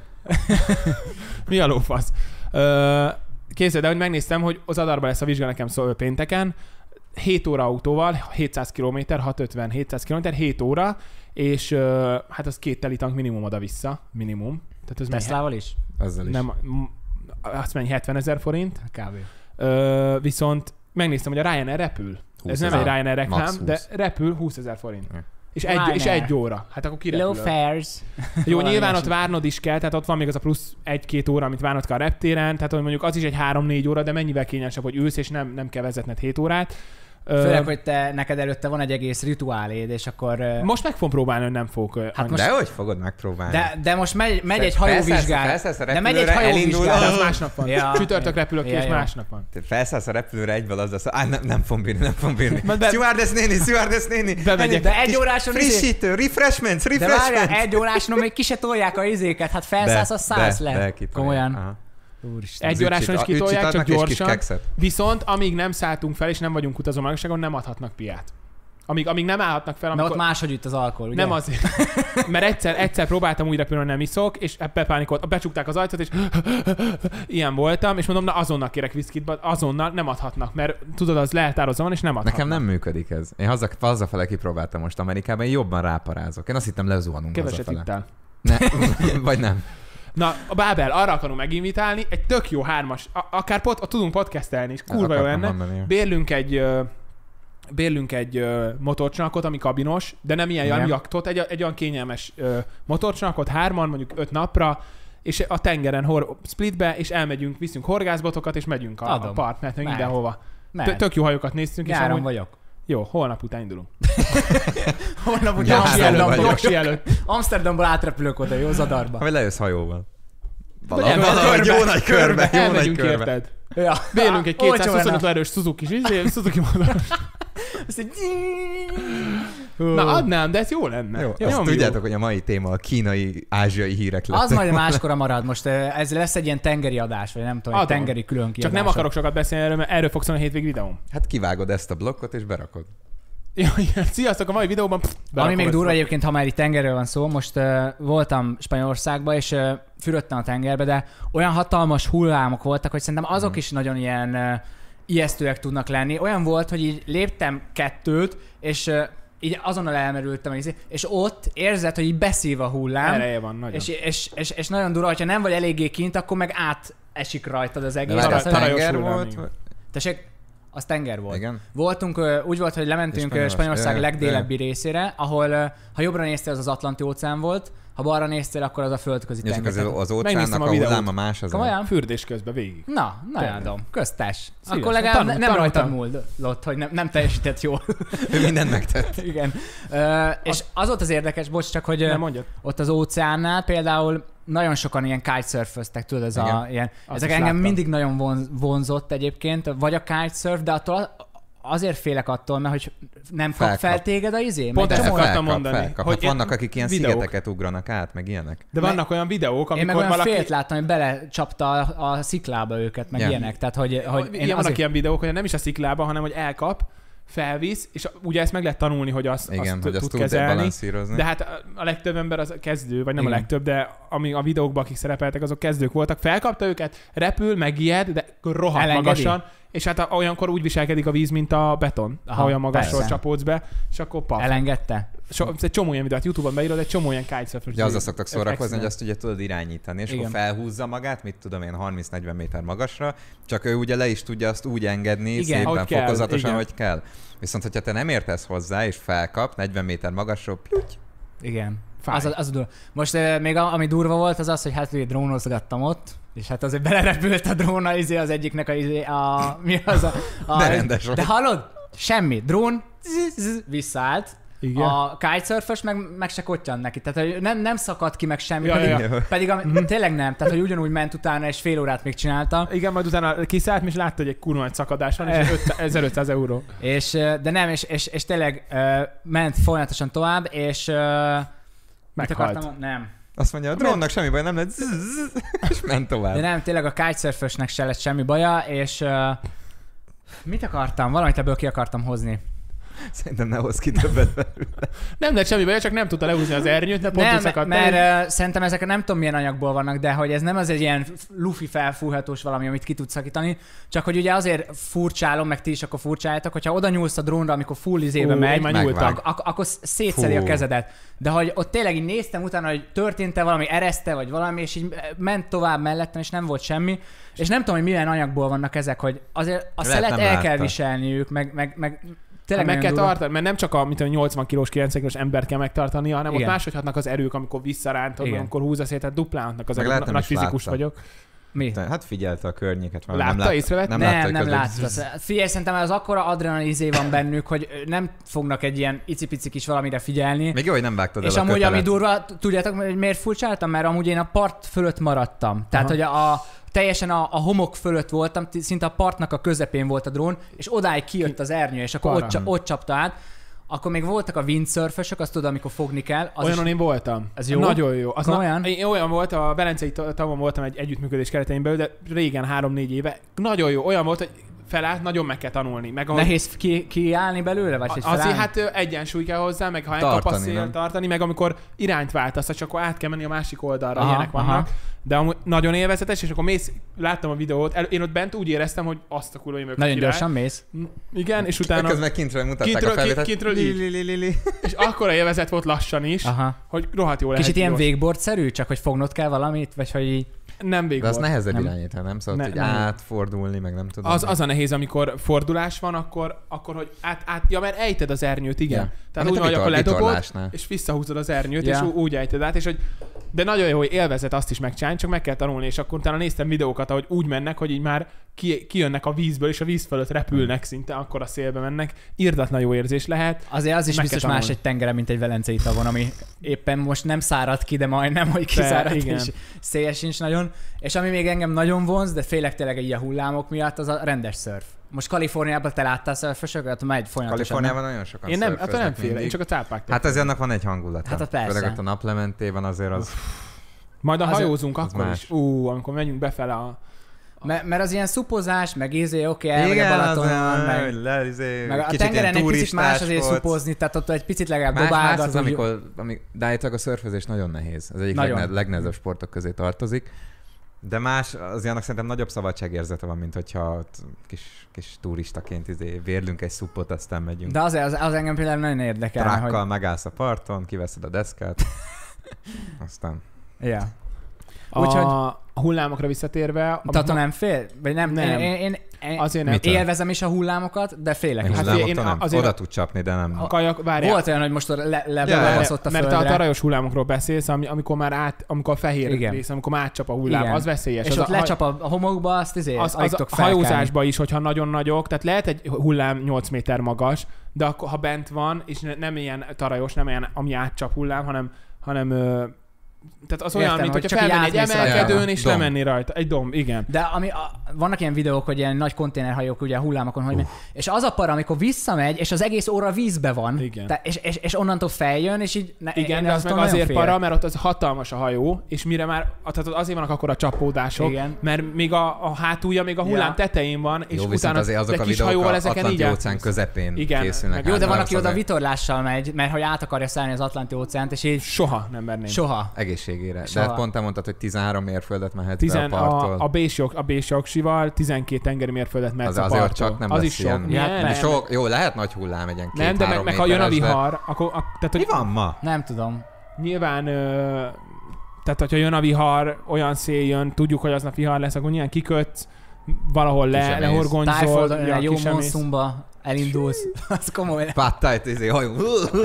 Mi a lófasz? Képzeld el, hogy megnéztem, hogy az Zadarba lesz a vizsga nekem pénteken. 7 óra autóval, 700 km, 650-700 km, 7 óra, és hát az 2 teli tank minimum oda-vissza. Minimum. Teslával is? Azzal is. Nem, azt mondja 70 000 forint. Kb. Viszont megnéztem, hogy a Ryanair repül. Ez nem egy Ryanair reklám, de repül 20 000 forint. És egy óra. Hát akkor kirepül. Low fares. Jó, nyilván ott várnod is kell, tehát ott van még az a plusz 1-2 óra, amit várnod kell a reptéren, tehát hogy mondjuk az is egy 3-4 óra, de mennyivel kényesebb, hogy ülsz, és nem kell vezetned 7 órát. Főleg, hogy neked előtte van egy egész rituáléd, és akkor... Most meg fogom próbálni, hogy nem fogok... Hát most... Dehogy fogod megpróbálni? De most megy egy hajóvizsgál. De megy egy hajóvizsgál. Az másnap van. Ja. Csütörtök repülök ki, és másnap van. Felszállsz a repülőre egyből az lesz, nem fogom bírni. Stewardess néni. De egy óráson... Frissítő, refreshments. De várjál, egy óráson még ki se tolják a izéket, hát felszállsz, az 100 le. Komolyan. Úristen. Egy óráson is kitolják, csak gyorsan. Viszont amíg nem szálltunk fel, és nem vagyunk utazó magasságon, nem adhatnak piát. Amíg nem állhatnak fel, amikor... De ott máshogy üt az alkohol, ugye? Nem azért. Mert egyszer próbáltam úgy repülni, hogy nem iszok, és bepánikolt, becsukták az ajtót, és ilyen voltam, és mondom, na azonnal kérek viszkit, azonnal nem adhatnak, mert tudod, az leeltározva van, és nem adhatnak. Nekem nem működik ez. Én hazafele kipróbáltam most Amerikában, én jobban ráparázok. Én azt hittem lezuhanunk keveset ittál. Vagy nem. Na, a Bábel, arra akarom meginvitálni, egy tök jó 3-as, akár tudunk podcastelni is, kurva jó lenne. Bérlünk egy motorcsónakot, ami kabinos, de nem ilyen jachtot, egy olyan kényelmes motorcsónakot, 3-an, mondjuk 5 napra, és a tengeren Splitbe, és elmegyünk, viszünk horgászbotokat, és megyünk a part, mert mindenhova. Tök jó hajókat néztünk. Nyáron vagyok. Jó, holnap után indulunk. Holnap után Amsterdamból átrepülök oda, jó, Zadarba. Vagy lejössz hajóval. Valahogy jó nagy körbe. Elmegyünk érted. Ja. Bélünk egy 225 erős Suzuki motor. Na adnám, de ez jó lenne. Jó, azt tudjátok, hogy a mai téma a kínai, ázsiai hírek lettek. Az majd máskora marad. Most ez lesz egy ilyen tengeri adás, vagy nem tudom, egy tengeri külön kiadás. Csak nem akarok sokat beszélni erről, mert erről fogsz szólni a hétvég videóm. Hát kivágod ezt a blokkot és berakod. Ja, sziasztok, a mai videóban ami még durva egyébként, ha már itt tengerről van szó, most voltam Spanyolországban, és fürödtem a tengerbe, de olyan hatalmas hullámok voltak, hogy szerintem azok is nagyon ilyen ijesztőek tudnak lenni. Olyan volt, hogy így léptem 2, és így azonnal elmerültem, és ott érzed, hogy így beszív a hullám. Ereje van nagyon. És nagyon durva, hogyha nem vagy eléggé kint, akkor meg átesik rajtad az egész. De tenger volt? Tessék, az tenger volt. Igen. Voltunk, úgy volt, hogy lementünk Spanyolország legdélebbi részére, ahol ha jobbra néztél, az az Atlanti-óceán volt, ha balra néztél, akkor az a földközi tenger. Az óceánnak a hulláma más az. Komolyan? Fürdés közben végig. Na jádom. Köztes. Akkor legalább nem rajtad múlott, hogy nem teljesített jól. Ő mindent megtett. Igen. És az volt az érdekes, bocs, csak hogy ott az óceánnál például nagyon sokan ilyen kitesurföztek, tudod, ezek engem mindig nagyon vonzott egyébként, vagy a kitesurf, de attól azért félek attól, mert hogy nem fog fel téged a izé? Pont ezt akartam mondani. Felkap. Hogy vannak, akik ilyen szigeteket ugranak át, meg ilyenek. De vannak olyan videók, amikor én meg olyan félt láttam, hogy belecsapta a sziklába őket, meg ilyenek. Tehát, hogy vannak ilyen videók, hogy nem is a sziklába, hanem hogy elkap, felvisz, és ugye ezt meg lehet tanulni, hogy azt tud kezelni. De hát a legtöbb ember az kezdő, vagy nem a legtöbb, de a videókban, akik szerepeltek, azok kezdők voltak. Felkapta őket, repül, megijed, de rohadt magasan, és hát olyankor úgy viselkedik a víz, mint a beton, ha olyan magasról csapódsz be, és akkor pap. Elengedte? Egy csomó ilyen videót, YouTube-on beírod, egy csomó ilyen kitesurf. Ja, azzal szoktak szórakozni, hogy azt ugye tudod irányítani, és akkor felhúzza magát, mit tudom én, 30-40 méter magasra, csak ő ugye le is tudja azt úgy engedni, szépen fokozatosan, hogy kell. Viszont, hogyha te nem értesz hozzá, és felkap 40 méter magasról, plüty. Igen. Az durva. Most még ami durva volt, az az, hogy hát ugye drónozgattam ott, és hát azért belerepült a drón az egyiknek mi az de rendes de hallod? Semmi. Drón visszaállt. Igen. A kitesurfös meg se kottyan neki. Tehát hogy nem szakadt ki meg semmi, pedig tényleg nem. Tehát hogy ugyanúgy ment utána, és fél órát még csinálta. Igen, majd utána kiszállt, és látta, hogy egy kurva nagy szakadás van, és 1500 euró. De nem, és tényleg ment folyamatosan tovább, és meghalt. Nem. Azt mondja, a drónnak semmi baj, nem lett és ment tovább. De nem, tényleg a kitesurfösnek se lett semmi baja, és mit akartam? Valamit ebből ki akartam hozni. Szerintem ne hozz ki többet belőle. Nem lett semmi baj, csak nem tudta lehúzni az ernyőt, de pont nem, mert szerintem ezek nem tudom milyen anyagból vannak, de hogy ez nem az egy ilyen lufi felfújhatós valami, amit ki tudsz szakítani, csak hogy ugye azért furcsálom, meg ti is akkor furcsáljátok, hogyha oda nyúlsz a drónra, amikor full izébe megy, akkor szétszeli a kezedet. De hogy ott tényleg így néztem utána, hogy történt-e valami, ereszte, vagy valami, és így ment tovább mellettem, és nem volt semmi. És nem tudom, hogy milyen anyagból vannak ezek, hogy azért a szelet el kell viselniük, meg tényleg meg kell tartani, mert nem csak a 80 kilós, 90 kilós embert kell megtartani, hanem ott máshogy hatnak az erők, amikor visszarántod, amikor húzza szét, tehát duplán hatnak az erők. Nagy fizikus vagyok. Mi? Hát figyelte a környéket. Látta, észrevett? Nem látta. Figyelj, szerintem az akkora adrenalizé van bennük, hogy nem fognak egy ilyen icipici kis valamire figyelni. Még jó, hogy nem vágtad el és amúgy, ami durva, tudjátok, hogy miért furcsáltam? Mert amúgy én a part fölött maradtam. Tehát, hogy teljesen a homok fölött voltam, szinte a partnak a közepén volt a drón, és odáig kijött az ernyő, és akkor ott csapta át. Akkor még voltak a windsurfösök, azt tudod, amikor fogni kell. Olyanon én voltam. Ez jó? Nagyon jó. Én olyan volt, a Velencei tavon voltam egy együttműködés keretein belül, de régen, 3-4 éve. Nagyon jó. Olyan volt, hogy felállt, nagyon meg kell tanulni. Nehéz kiállni belőle? Vagy azért hát egyensúly kell hozzá, meg ha elkap a szél, tartani, meg amikor irányt váltasz, csak akkor át kell menni a másik oldalra, ilyenek vannak. De amúgy nagyon élvezetes, és akkor mész, láttam a videót, én ott bent úgy éreztem, hogy azt a kurva jövök. Nagyon gyorsan mész. Igen, és utána... Közben kintről mutatták a felvételt. Kintről és akkora élvezet volt lassan is, hogy rohadt jó lehet. Kicsit ilyen wakeboard-szerű, csak hogy fognod kell valamit, vagy hogy... Nem wakeboard. De az nehezebb irányítani, nem? Szóval, hogy átfordulni, meg nem tudom. Az a nehéz, amikor fordulás van, akkor hogy mert ejted az ernyőt, igen. Ja. Tehát úgy vagy, akkor ledobod, és visszahúzod az ernyőt, és úgy ejted át, és hogy De nagyon jó, hogy élvezet azt is megcsinálni, csak meg kell tanulni, és akkor utána néztem videókat, ahogy úgy mennek, hogy így már kijönnek a vízből, és a víz fölött repülnek szinte, akkor a szélbe mennek. Irdatlan jó érzés lehet. Azért az is biztos más egy tengeren, mint egy velencei tavon, ami éppen most nem szárad ki, de majdnem, hogy kiszárad, és szél sincs nagyon. És ami még engem nagyon vonz, de félek tényleg így a hullámok miatt, az a rendes szörf. Most Kaliforniában te láttál szörfösöket? Megy folyamatosan. Kaliforniában nagyon sokan én nem, attól nem félek, én csak a cápák. Hát azért annak van egy hangulata. Hát persze. Főleg ott a naplementében azért az... Majd a hajózunk akkor is. Amikor megyünk befele a... Mert az ilyen szupozás, meg oké, elmegy a Balatonon, meg a tengeren egy picit más azért szupozni, tehát ott egy picit legalább dobálgat. Más az, de állítólag a szörfözés nagyon nehéz. Ez egyik legnehezebb sportok közé tartozik. De más, az annak szerintem nagyobb szabadságérzete van, mint hogyha kis turistaként vérlünk egy szupot, aztán megyünk. De az engem például nagyon érdekel. Trákkal megállsz a parton, kiveszed a deszkát, aztán... Ja. A hullámokra visszatérve... Tehát nem fél? Vagy nem? Én azért nem. Élvezem is a hullámokat, de félek is. Oda tud csapni, de nem. Volt olyan, hogy most lebaszott a földre. Mert a tarajos hullámokról beszélsz, amikor a fehér rész, amikor már átcsap a hullám, az veszélyes. És ott lecsap a homokba, azt a hajózásba is, hogyha nagyon nagyok, tehát lehet egy hullám 8 méter magas, de akkor, ha bent van, és nem ilyen tarajos, nem ilyen, ami átcsap hullám, hanem tehát az olyan, mint hogyha felmenni egy emelkedőn és lemenni rajta. Egy domb, igen. De vannak ilyen videók, hogy ilyen nagy konténerhajók ugye hullámokon, hogy és az a para, amikor visszamegy, és az egész óra vízbe van, és onnantól feljön, és így... Igen, de az meg azért para, mert ott az hatalmas a hajó, és mire már, tehát azért vannak akkor a csapódások, mert még a hátulja még a hullám tetején van, és utána azok a videók az Atlanti-óceán közepén készülnek. Jó, de van, aki oda vitorlással megy, mert hogy át akarja szállni az Atlanti-óceánt, és így... Soha nem merném. Soha. Egészségére. De hát pont mondtad, hogy 13 mérföldet mehetsz be a parttól. A B-Joksival 12 tengeri mérföldet mehetsz a parttól. Azért csak nem lesz ilyen. Jó, lehet nagy hullám egy ilyen 2-3 méteres. Nem, de meg ha jön a vihar, akkor... Mi van ma? Nem tudom. Nyilván... Tehát, hogyha jön a vihar, olyan szél jön, tudjuk, hogy aznap vihar lesz, akkor nyilván kikötsz, valahol lehorgonyzol. Tájföldön, jó monszumba elindulsz. Az komoly. Pattájt, hajó.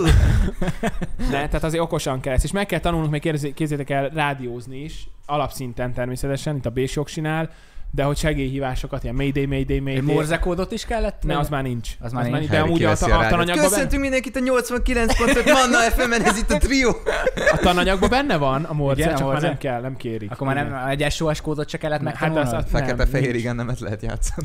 Tehát azért okosan kell ezt. És meg kell tanulnunk, még képzeljétek el rádiózni is, alapszinten természetesen, itt a B-Joksinál, de hogy segélyhívásokat, ilyen Mayday. Morzekódot is kellett? Ne, az már nincs. Az már nincs. De amúgy a tananyagban... Köszöntünk mindenkit a 89.5 Manna FM-en, ez itt a trió. A tananyagban benne van a morze, csak már nem kell, nem kérik. Akkor már nem egy SOS kódot se kellett megtanulnod? Hát fekete-fehér igen, nem lehet játszani.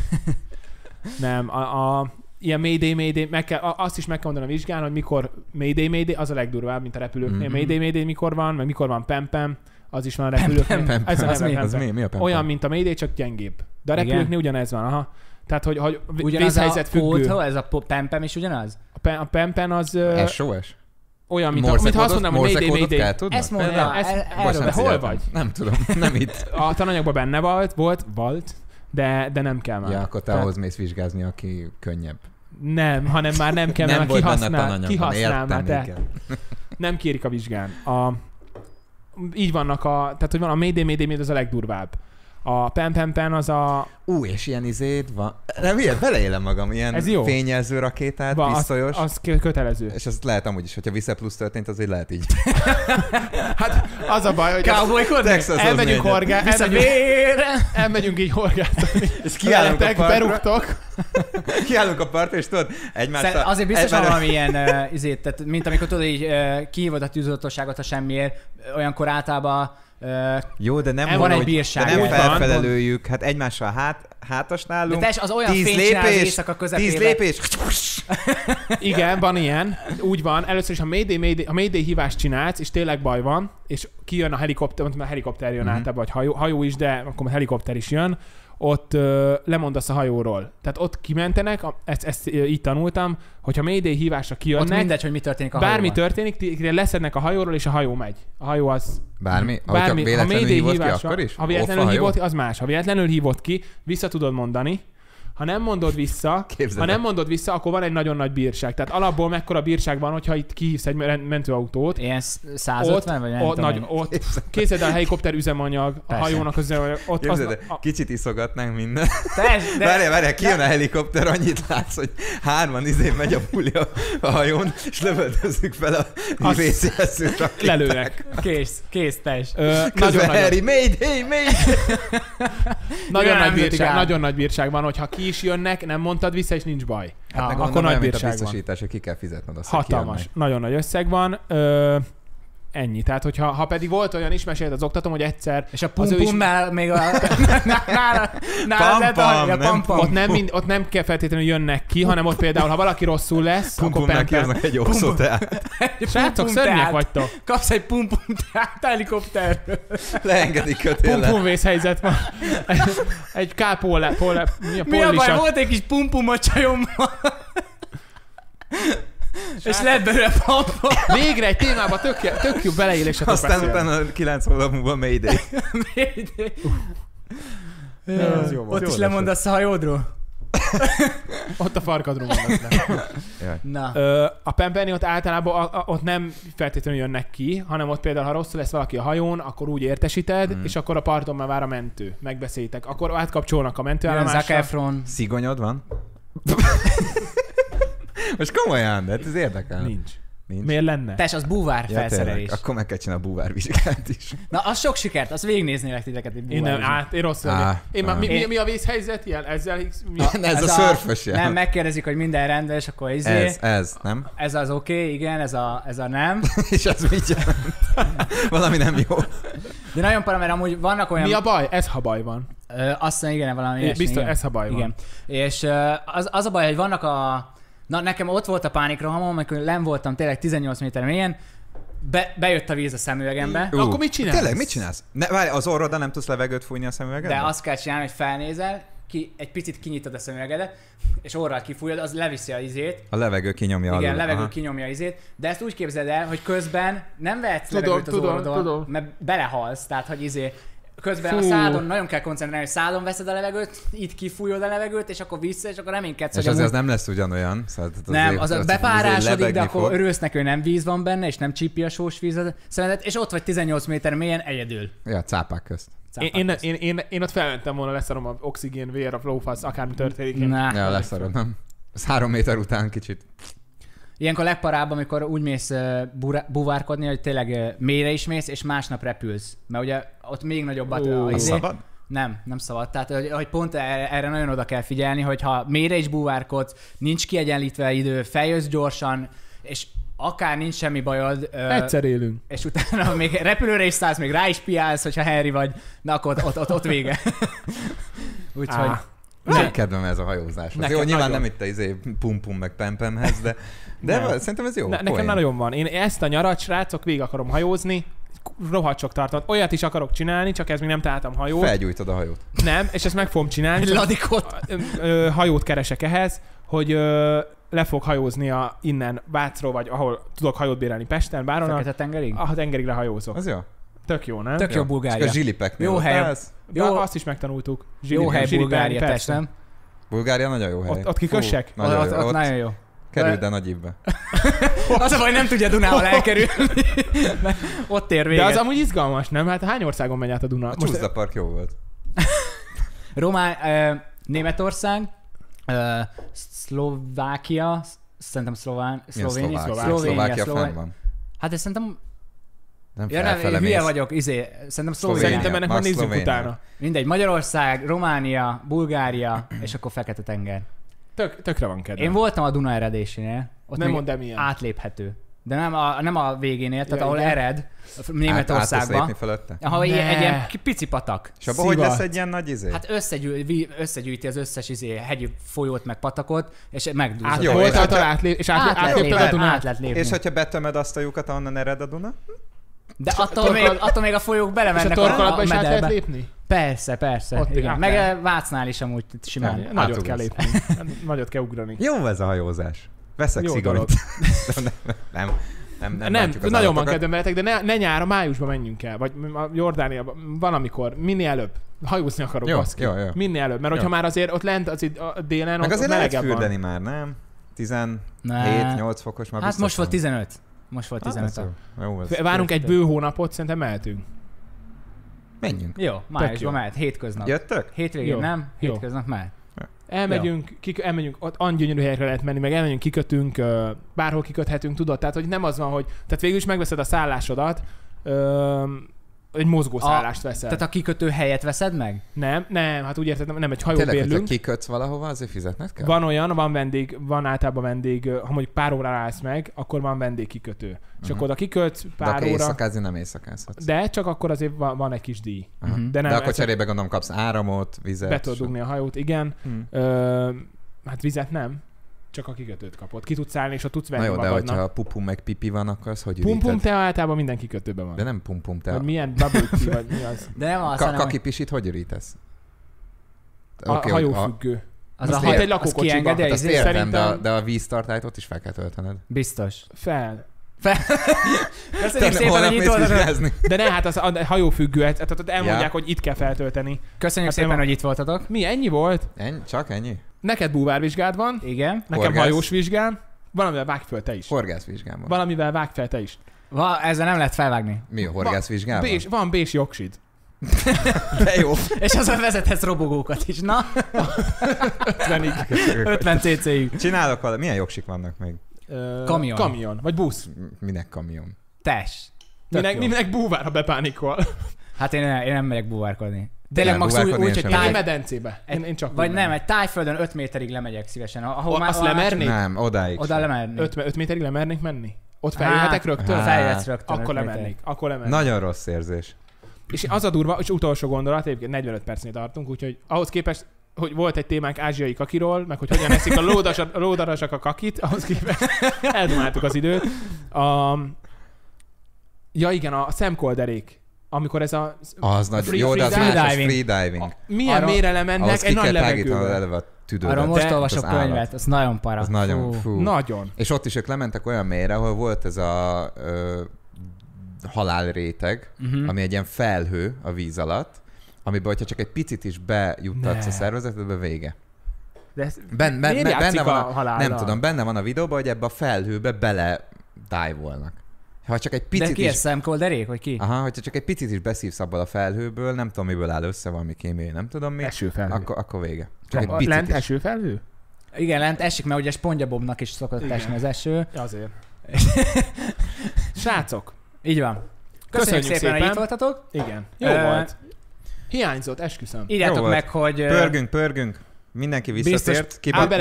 Nem, ilyen Mayday, azt is meg kell mondani a vizsgán, hogy mikor Mayday, az a legdurvább, mint a repülőknél. Mayday mikor van, meg mikor van Pem, az is van a repülőknél. Ez mi a Pem? Olyan, mint a Mayday, csak gyengébb. De a repülőknél ugyanez van, aha. Tehát, hogy vészhelyzet függő. Ez a Pem is ugyanaz? A Pem az... SOS? Olyan, mint ha azt mondanám, hogy Mayday. Ezt mondta. Hol vagy? Nem tudom, nem itt. A tananyagban benne volt, de nem kell már. Ja, akkor te ahhoz mész vizsgázni, aki könnyebb. Nem, hanem már nem kell, mert kihasznál már te. Nem kérik a vizsgán. Így vannak tehát hogy van a Mayday az a legdurvább. A Pen az a... És ilyen izéd van. Nem, ilyet beleélem magam, ilyen fényjelző rakétát, pisztolyos. Az kötelező. És azt lehet amúgy is, hogyha Visze plusz történt, azért lehet így. Hát az a baj, hogy elmegyünk elmegyünk így horgászani. És kiállunk a partra. Berúgtok. Kiállunk a partra, és tudod, egymással... Azért biztos van valami ilyen tehát, mint amikor tudod, így kihívod a tűzoltóságot, ha semmiért, olyankor általában jó, de nem van egy bírság. De nem felfelelőjük, hát egymással hátas nálunk. De az olyan fényt csinál az éjszaka közepébe. 10 lépés. Igen, van ilyen. Úgy van. Először is a Mayday hívást csinálsz, és tényleg baj van, és kijön a helikopter, mondtam, a helikopter jön általában, vagy hajó is, de akkor a helikopter is jön. Ott lemondasz a hajóról. Tehát ott kimentenek, ezt így tanultam, hogyha Mayday hívásra kijönnek. Ott mindegy, hogy mi történik a hajóval. Bármi történik, leszednek a hajóról, és a hajó megy. A hajó az... Bármi? Ha véletlenül hívott ki, akkor is? Ha véletlenül hívott ki, az más. Ha véletlenül hívott ki, vissza tudod mondani. Ha nem mondod vissza, akkor van egy nagyon nagy bírság. Tehát alapból mekkora bírság van, hogyha itt kihívsz egy mentőautót. Ilyen 150 vagy nem ott készíted el a helikopter üzemanyag, a hajónak az üzemanyag. Kicsit iszogatnánk minden. Várjál, kijön a helikopter, annyit látsz, hogy 3 megy a buli a hajón, és lövöldözzük fel a vészjelző rakéták. Lelőnek. Kész, test. Közben Harry, Mayday! Nagyon nagy bírság van, hogyha ki is jönnek, nem mondtad vissza, és nincs baj. Hát akkor nagy bírság van. Biztosítás, hogy ki kell fizetned azt, hatalmas, nagyon nagy összeg van. Ennyi. Tehát, hogyha pedig volt olyan is, mesélt az oktatom, hogy egyszer... És a pum-pumnál még a... Ott nem kell feltétlenül jönnek ki, hanem ott például, ha valaki rosszul lesz, akkor pempel... egy oxoteát. Srácok, szörnyek vagytok. Kapsz egy pum-pum teát helikopterről. Leengedik kötéllel. Pum-pum vészhelyzet van. Egy kápóle. Mi a baj? Volt egy kis pum-pum a csajommal. És lett belőle pampa. Végre egy témába tök jó beleélésetek beszélni. Aztán utána 9 hónap múlva Mayday. Ott is lemondasz a hajódról? Ott a farkadról mondasz le. Na. A pemperni ott általában ott nem feltétlenül jönnek ki, hanem ott például, ha rosszul lesz valaki a hajón, akkor úgy értesíted, és akkor a parton már vár a mentő. Megbeszélitek. Akkor átkapcsolnak a mentőállomásra. Zac Efron. Szigonyod van? Most komolyan, de ez érdekel. Nincs. Miért lenne? Tess, az búvár felszerelés. Akkor meg kell csinálni a búvárvizsgát is. Na, az sok sikert, azt végignéznélek titeket egy búvárvizsgát. Én rosszul vagyok. Mi a vészhelyzet ilyen? Ezzel... Ez a szörfös jel. Nem, megkérdezik, hogy minden rendben, és akkor Ez, nem? Ez az oké, igen, ez a nem. És az mit jelent? Valami nem jó. De nagyon para, mert amúgy vannak olyan... Mi a baj? Ez ha baj van. Azt mondja, igen, valami ilyesmi. Biztos, ez ha baj van. Igen. És az a baj, hogy vannak Na, nekem ott volt a pánikrohamom, amikor len voltam tényleg 18 méter mélyen, bejött a víz a szemüvegembe. Akkor mit csinálsz? Tényleg, mit csinálsz? Várj, az orroddal nem tudsz levegőt fújni a szemüvegedbe? De azt kell csinálni, hogy felnézel, egy picit kinyitod a szemüvegedet, és orral kifújod, az leviszi a izét. A levegő kinyomja alul. Igen, levegő kinyomja izét, de ezt úgy képzeld el, hogy közben nem vehetsz levegőt az orrodon, mert belehalsz, tehát hogy közben a szádon nagyon kell koncentrálni, hogy szádon veszed a levegőt, itt kifújod a levegőt, és akkor vissza, és akkor reménykedsz, és az nem lesz ugyanolyan. Nem, az bepárásodik, de akkor örülsz neki, hogy nem víz van benne, és nem csípi a sós vízedet, és ott vagy 18 méter mélyen egyedül. Ja, cápák közt. Én ott felmentem volna, leszarom a oxigén, vér, a flófasz, akármi történik. Ja, leszarom, nem? Az 3 méter után kicsit. Ilyenkor legparább, amikor úgy mész buvárkodni, hogy tényleg mélyre is mész, és másnap repülsz. Mert ugye ott még nagyobbat... szabad? Nem szabad. Tehát, hogy pont erre nagyon oda kell figyelni, hogy ha mélyre is buvárkodsz, nincs kiegyenlítve idő, feljössz gyorsan, és akár nincs semmi bajod. Egyszer élünk. És utána még repülőre is szállsz, még rá is piálsz, hogyha Harry vagy, na akkor ott vége. Úgyhogy... Nem kedvem ez a hajózás. Jó, nyilván nem itt a pum-pum meg pempemhez, de szerintem ez jó. Nekem nagyon van. Én ezt a nyarat, srácok, végig akarom hajózni, rohadt sok tartalmat. Olyat is akarok csinálni, csak ez még nem találtam hajót. Felgyújtod a hajót. Nem, és ezt meg fogom csinálni. Ladikot. Hajót keresek ehhez, hogy le fog hajózni innen Vácról, vagy ahol tudok hajót bérelni Pesten, bárhonnan. Fekete-tengerig? A tengerig lehajózok. Az jó. Tök jó, nem? Tök jó Bulgária. És a zsilipeknél jó hely. Jó, azt is megtanultuk. Jó hely Bulgária, persze. Nem? Bulgária nagyon jó hely. Ott kikössek? Ott nagyon jó. Kerüld el Nagy Ivbe. Az a baj, nem tudja Dunával elkerülni. Ott ér véget. De az amúgy izgalmas, nem? Hát hány országon megy át a Duna? A Csúszda Park jó volt. Németország, Szlovákia, szerintem Szlovénia. Szlovákia fenn van. Hát ez szerintem... Nem felfele hülye vagyok, szerintem Szlovénia. Szerintem ennek már nézzük utána. Mindegy, Magyarország, Románia, Bulgária, és akkor Fekete-tenger. Tökre van kedvem. Én voltam a Duna eredésénél. Ott nem mondd el milyen. Átléphető. De nem a végénél, tehát ahol ered, Németországban. Át fölötte? Ahol egy ilyen pici patak. És abban hogy lesz egy ilyen nagy izé? Hát összegyűjti az összes hegyi folyót meg patakot, és megdúzod. Jó, és átlépted a Dunát. Át és hogyha betömed azt a lyukat, ahonnan ered a Duna? De attól még a folyók belemennek a torkolatba is át lehet lépni? Persze. Igen. Meg Vácnál is amúgy simán. Nagyot kell lépni. Nagyot kell ugrani. Jó ez a hajózás. Veszek szigorút. Nem Nem nagyon van kedvem veletek, de ne nyáron, májusban menjünk el, vagy a Jordániában valamikor, minél előbb. Hajózni akarok, baszki. Jó. Minél előbb, mert hogyha már azért ott lent a délen, meg ott azért melegebb lehet fürdeni van. már, nem? 17-8 fokos már hát most volt 15. Most volt 15. Várunk egy bő hónapot, szerintem mehetünk. Menjünk. Jó, májusban mehet, hétköznap. Jöttök? Hétvégén nem, hétköznap mehet. Elmegyünk, ott annyi gyönyörű helyekre lehet menni, meg elmegyünk, kikötünk, bárhol kiköthetünk, tudod? Tehát, hogy nem az van, hogy... Tehát végül is megveszed a szállásodat, egy mozgó szállást veszel. Tehát a kikötő helyet veszed meg? Nem, hát úgy érted, nem egy hajót bérlünk. Tényleg, hogyha kikötsz valahova, azért fizetned kell? Van olyan, van általában vendég, ha mondjuk pár órára állsz meg, akkor van vendégkikötő. És akkor oda kikötsz pár óra. De éjszakázni nem éjszakázhatsz. De csak akkor azért van egy kis díj. De akkor cserébe gondolom kapsz áramot, vizet. Be tudod dugni a hajót, igen. Hát vizet nem. Csak a kikötőt kapod. Ki tudsz állni, és ha tudsz venni magadnak. Na jó, de hogyha pum-pum meg pipi van, akkor az hogy üríted? Pum-pum te általában minden kikötőben van. De nem pum-pum te. Vagy milyen bubble tea, vagy mi az? De nem az, Kakipisit hogy ürítesz? A hajófüggő. Az egy lakókocsiba. Azt értem, de a víztartályt ott is fel kell töltened. Biztos. Fel. Köszönjük szépen, hogy itt voltatok. De ne, hát az a hajófüggő, tehát elmondják, hogy itt kell feltölteni. Köszönjük szépen, hogy itt voltatok. Mi, ennyi volt? Csak ennyi? Neked búvárvizsgád van. Igen. Nekem hajós vizsgám. Valamivel vágj föl te is. Horgászvizsgám van. Valamivel vágj fel te is. Ezzel nem lehet felvágni. Mi a horgászvizsgám? Van B-s jogsid. De jó. És azon vezethetsz robogókat is, na? 50 cc-ig. Csinálok valami. Milyen jogsik vannak még? Kamion. Vagy busz. Minek kamion? Tess. Minek búvár, ha bepánikol? Hát én nem megyek búvárkodni. Tényleg max úgy, hogy egy medencébe. Én csak vagy nem, egy tájföldön 5 méterig lemegyek szívesen. Azt lemernék? Nem, odáig. Oda lemernék. 5 méterig lemernék menni? Ott feljöhetek rögtön? Feljöhetsz rögtön. Akkor lemernék. Nagyon rossz érzés. És az a durva, és utolsó gondolat, egyébként 45 percnél tartunk, úgyhogy ahhoz képest, hogy volt egy témánk ázsiai kakiról, meg hogy hogyan eszik a lódarasak a kakit, ahhoz képest eldomáltuk az időt. Ja igen, a szemkolderék. Amikor ez a... Az nagy... Jó, de az freediving. Milyen mélyre lemennek egy nagy levegőben. Arra most olvasok könyvet, az nagyon para. Az nagyon, fú. Nagyon. És ott is ők lementek olyan mélyre, ahol volt ez a halálréteg, ami egy ilyen felhő a víz alatt, amiben, hogyha csak egy picit is bejuttatsz a szervezetedbe, vége. De benne van nem tudom, benne van a videóban, hogy ebbe a felhőbe bele dive-olnak. Ha csak egy picit de ki ez, szemkolderék, vagy ki? Aha, hogyha csak egy picit is beszívsz abból a felhőből, nem tudom, miből áll össze, valami kémiai, nem tudom mi. Esőfelhő. Akkor vége. Csak egy picit lent is. Esőfelhő? Igen, lent esik, mert ugye SpongeBobnak is szokott esni az eső. Azért. Srácok. Így van. Köszönjük szépen, hogy itt voltatok. Igen. Jó volt. Hiányzott, esküszöm. Írjátok meg, hogy... Pörgünk. Mindenki visszatért.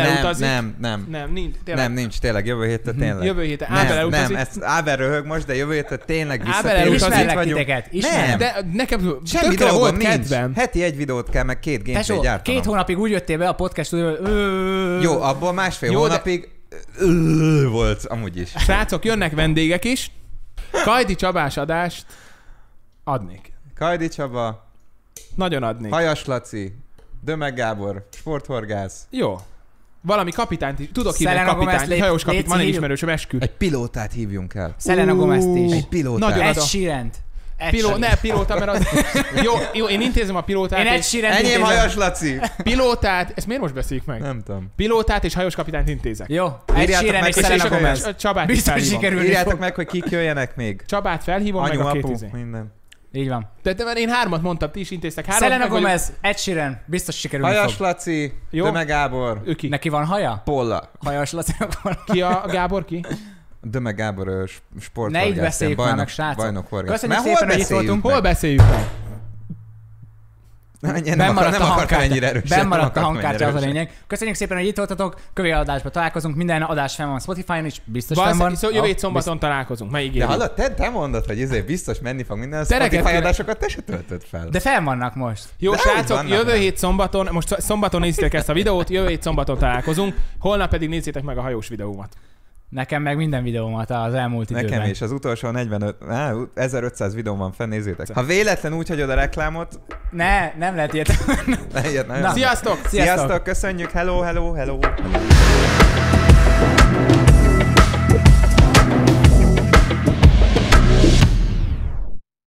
Nincs, tényleg, jövő héten tényleg. Jövő héten Ábel elutazik. Nem, ezt Ábel röhög most, de jövő héten tényleg visszatért. Ismerlek titeket. De nekem semmi dolgom nincs. Heti egy videót kell, meg 2 gameplay gyártanom. 2 hónapig úgy jöttél be a podcast Jó, abból másfél hónapig volt amúgy is. Srácok, jönnek vendégek is. Kajdi Csabás adást adnék. Kajdi Csaba. Nagyon adnék. Hajas Laci. Dömeg Gábor, sporthorgász. Jó. Valami kapitányt is. Tudok hívni egy kapitányt, egy hajós kapitány. Van egy ismerősöm, eskü. Egy pilótát hívjunk el. Selena Gomez-t is. Egy pilótát. Ed Sheerant. Ne, pilóta, mert az... jó, én intézem a pilótát. Én Ed Sheerant intézem. Enyém Hajas Laci. Pilótát, ezt miért most beszéljük meg? Nem tudom. Pilótát és hajós kapitányt intézek. Jó. Ed Sheeran és Selena Gomez. Csabát biztos sikerülni. Írjátok meg, hogy kik jöjjenek még. Csabát felhívom, anyu, meg a apu, 2 minden. Így van. De én 3 mondtam, ti is intéztek 3. Selena Gomez, Ed Sheeran, biztos sikerülni fog. Hajas Laci, Dömeg Gábor. Neki van haja? Polla. Hajas Laci. Ki a Gábor, ki? Dömeg Gábor sporthorgász. Ne így beszéljük már meg, srácok. Bajnokhorgász. Köszönjük szépen, hogy itt voltunk. Hol beszéljük meg? Nem akartam ennyire erősen. Bennmaradt a hangkártya, az a lényeg. Köszönjük szépen, hogy itt voltatok. Következő adásban találkozunk. Minden adás fenn van Spotify-on is. Biztos fenn van. Szóval jövő szombaton találkozunk. De hallod, te mondod, hogy biztos menni fog minden. A Spotify adásokat te se töltöd fel. De fenn vannak most. Jó, srácok, jövő hét szombaton, most szombaton nézzétek ezt a videót, jövő hét szombaton találkozunk. Holnap pedig nézzétek meg a hajós videómat. Nekem meg minden videómat az elmúlt időben. Nekem is, az utolsó 1500 videóm van fenn, nézzétek. Ha véletlen úgy hagyod a reklámot... Nem lehet ilyet. Sziasztok! Sziasztok, köszönjük, hello.